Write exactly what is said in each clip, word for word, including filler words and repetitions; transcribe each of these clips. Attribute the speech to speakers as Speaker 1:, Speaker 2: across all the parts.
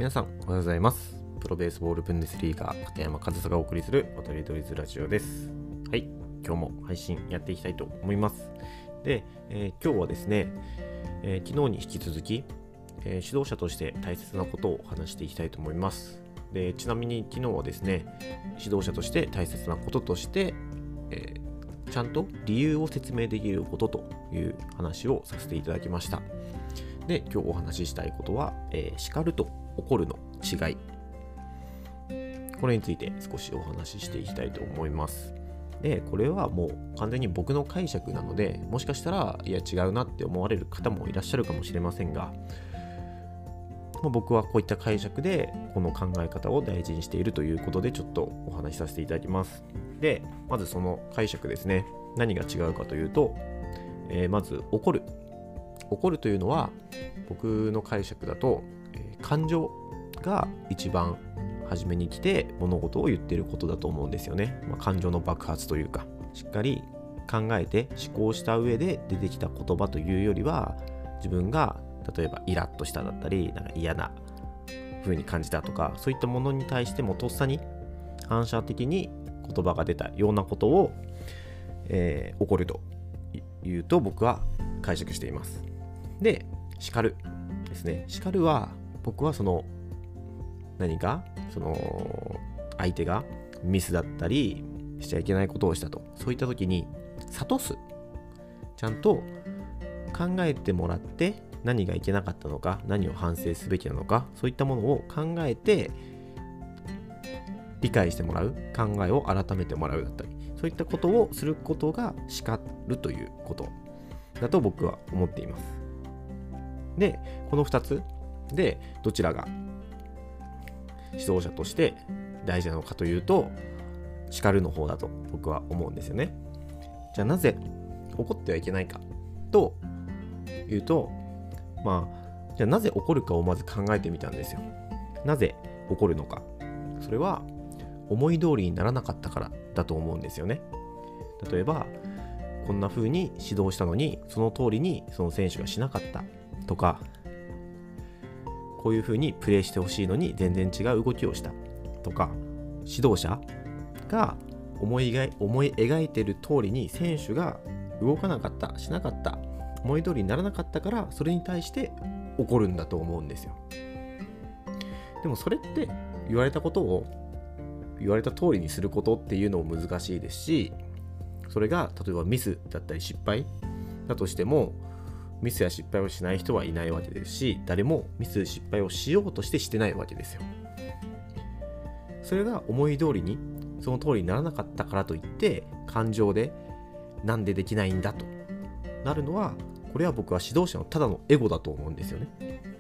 Speaker 1: 皆さんおはようございます。プロベースボールブンデスリーガー片山和沙がお送りする渡り鳥ズラジオです。はい、今日も配信やっていきたいと思います。で、えー、今日はですね、えー、昨日に引き続き、えー、指導者として大切なことを話していきたいと思います。で、ちなみに昨日はですね、指導者として大切なこととして、えー、ちゃんと理由を説明できることという話をさせていただきました。で、今日お話ししたいことは、えー、叱ると怒るの違い。これについて少しお話ししていきたいと思います。で、これはもう完全に僕の解釈なので、もしかしたらいや違うなって思われる方もいらっしゃるかもしれませんが、僕はこういった解釈でこの考え方を大事にしているということでちょっとお話しさせていただきます。で、まずその解釈ですね。何が違うかというと、えー、まず怒る。怒るというのは僕の解釈だと、えー、感情が一番初めに来て物事を言っていることだと思うんですよね。まあ、感情の爆発というか、しっかり考えて思考した上で出てきた言葉というよりは、自分が例えばイラッとしただったり、なんか嫌な風に感じたとか、そういったものに対してもとっさに反射的に言葉が出たようなことを、えー、怒るというと僕は解釈しています。で、叱るですね。叱るは僕はその何かその相手がミスだったりしちゃいけないことをしたと、そういった時に諭す、ちゃんと考えてもらって何がいけなかったのか、何を反省すべきなのか、そういったものを考えて理解してもらう、考えを改めてもらうだったり、そういったことをすることが叱るということだと僕は思っています。で、このふたつでどちらが指導者として大事なのかというと、叱るの方だと僕は思うんですよね。じゃあなぜ怒ってはいけないかというと、まあじゃあなぜ怒るかをまず考えてみたんですよ。なぜ怒るのか。それは思い通りにならなかったからだと思うんですよね。例えばこんな風に指導したのにその通りにその選手がしなかったとか、こういう風にプレーしてほしいのに全然違う動きをしたとか、指導者が思い描い、思い描いている通りに選手が動かなかった、しなかった、思い通りにならなかったから、それに対して怒るんだと思うんですよ。でもそれって言われたことを言われた通りにすることっていうのも難しいですし、それが例えばミスだったり失敗だとしても、ミスや失敗をしない人はいないわけですし、誰もミス失敗をしようとしてしてないわけですよ。それが思い通りにその通りにならなかったからといって感情でなんでできないんだとなるのは、これは僕は指導者のただのエゴだと思うんですよね。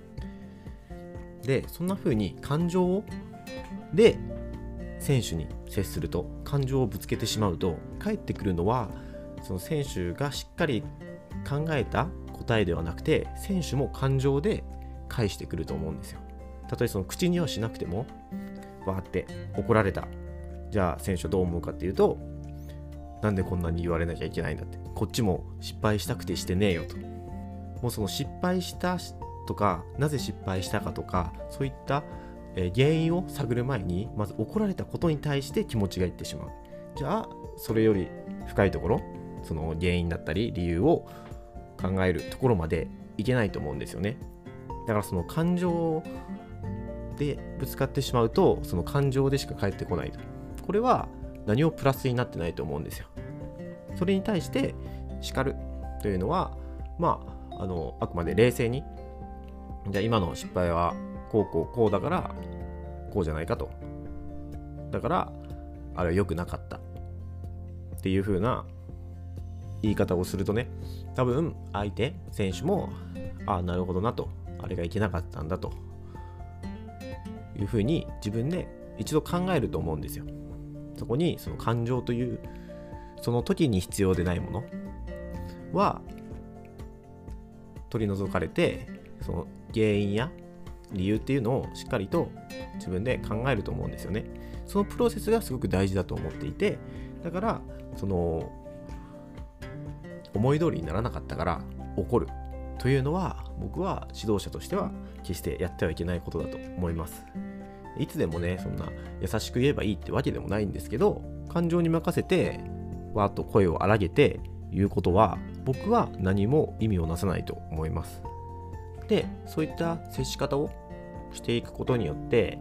Speaker 1: で、そんな風に感情で選手に接すると、感情をぶつけてしまうと返ってくるのは、その選手がしっかり考えた答えではなくて、選手も感情で返してくると思うんですよ。たとえその口にはしなくても、わーって怒られた、じゃあ選手はどう思うかっていうと、なんでこんなに言われなきゃいけないんだって、こっちも失敗したくてしてねえよと。もうその失敗したとか、なぜ失敗したかとか、そういった原因を探る前に、まず怒られたことに対して気持ちがいってしまう。じゃあそれより深いところ、その原因だったり理由を考えるところまでいけないと思うんですよね。だからその感情でぶつかってしまうと、その感情でしか返ってこないと、これは何もプラスになってないと思うんですよ。それに対して叱るというのは、まああのあくまで冷静に、じゃあ今の失敗はこうこうこうだからこうじゃないかと、だからあれは良くなかったっていう風な言い方をするとね、多分相手選手もああなるほどなと、あれがいけなかったんだという風に自分で一度考えると思うんですよ。そこにその感情というその時に必要でないものは取り除かれて、その原因や理由っていうのをしっかりと自分で考えると思うんですよね。そのプロセスがすごく大事だと思っていて、だからその思い通りにならなかったから怒るというのは僕は指導者としては決してやってはいけないことだと思います。いつでもねそんな優しく言えばいいってわけでもないんですけど、感情に任せてわーっと声を荒げて言うことは僕は何も意味をなさないと思います。で、そういった接し方をしていくことによって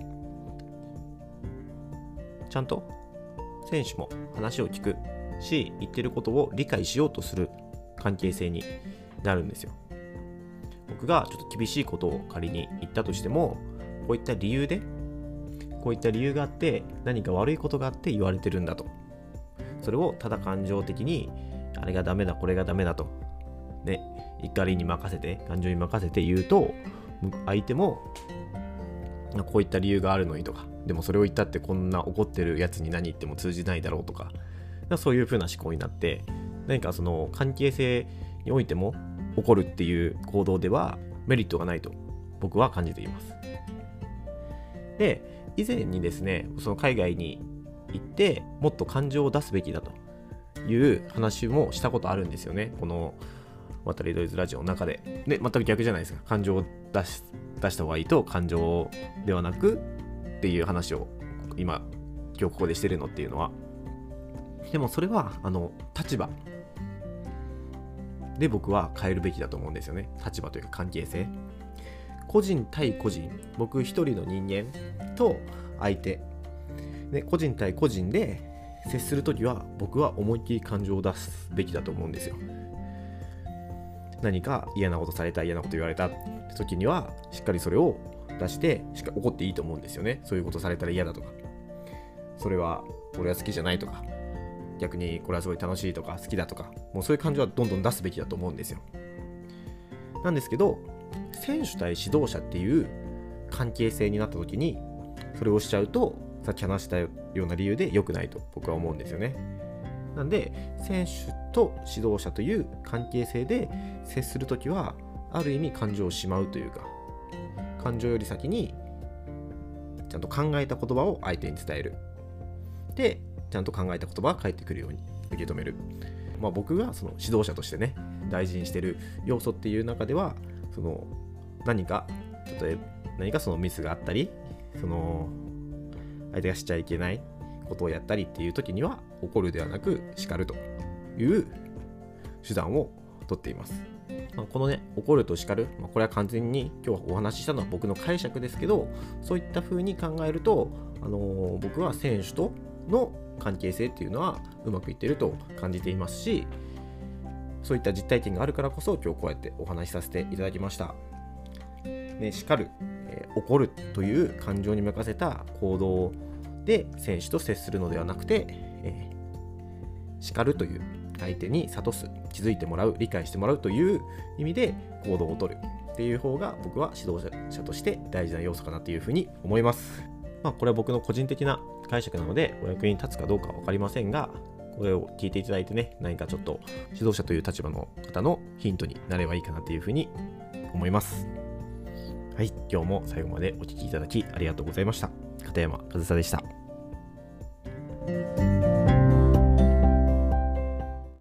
Speaker 1: ちゃんと選手も話を聞くし、言ってることを理解しようとする関係性になるんですよ。僕がちょっと厳しいことを仮に言ったとしても、こういった理由でこういった理由があって何か悪いことがあって言われてるんだと、それをただ感情的にあれがダメだこれがダメだとね、怒りに任せて感情に任せて言うと、相手もこういった理由があるのにとか、でもそれを言ったってこんな怒ってるやつに何言っても通じないだろうとか、そういう風な思考になって、何かその関係性においても怒るっていう行動ではメリットがないと僕は感じています。で、以前にですね、その海外に行ってもっと感情を出すべきだという話もしたことあるんですよね、この渡りドイツラジオの中で。で、全く逆じゃないですか。感情を出し、出した方がいいと、感情ではなくっていう話を今今日ここでしてるのっていうのは、でもそれはあの立場で僕は変えるべきだと思うんですよね。立場というか関係性、個人対個人、僕一人の人間と相手で個人対個人で接するときは僕は思いっきり感情を出すべきだと思うんですよ。何か嫌なことされた、嫌なこと言われたって時にはしっかりそれを出してしっかり怒っていいと思うんですよね。そういうことされたら嫌だとか、それは俺は好きじゃないとか、逆にこれはすごい楽しいとか好きだとか、もうそういう感情はどんどん出すべきだと思うんですよ。なんですけど、選手対指導者っていう関係性になった時にそれをしちゃうと、さっき話したような理由で良くないと僕は思うんですよね。なんで選手と指導者という関係性で接するときはある意味感情をしまうというか、感情より先にちゃんと考えた言葉を相手に伝える。で、ちゃんと考えた言葉が返ってくるように受け止める。まあ僕がその指導者としてね大事にしてる要素っていう中では、その何か例えば何かそのミスがあったり、その相手がしちゃいけないことをやったりっていう時には怒るではなく叱るという手段をとっています。まあ、このね怒ると叱る、まあ、これは完全に今日お話ししたのは僕の解釈ですけど、そういった風に考えると、あのー、僕は選手との関係性っていうのはうまくいっていると感じていますし、そういった実体験があるからこそ今日こうやってお話しさせていただきました。ね、叱る、えー、怒るという感情に任せた行動で選手と接するのではなくて、えー、叱るという相手に諭す、気づいてもらう、理解してもらうという意味で行動をとるっていう方が僕は指導者として大事な要素かなというふうに思います。まあこれは僕の個人的な解釈なのでお役に立つかどうかは分かりませんが、これを聞いていただいてね、何かちょっと指導者という立場の方のヒントになればいいかなというふうに思います。はい、今日も最後までお聞きいただきありがとうございました。片山和沙でした。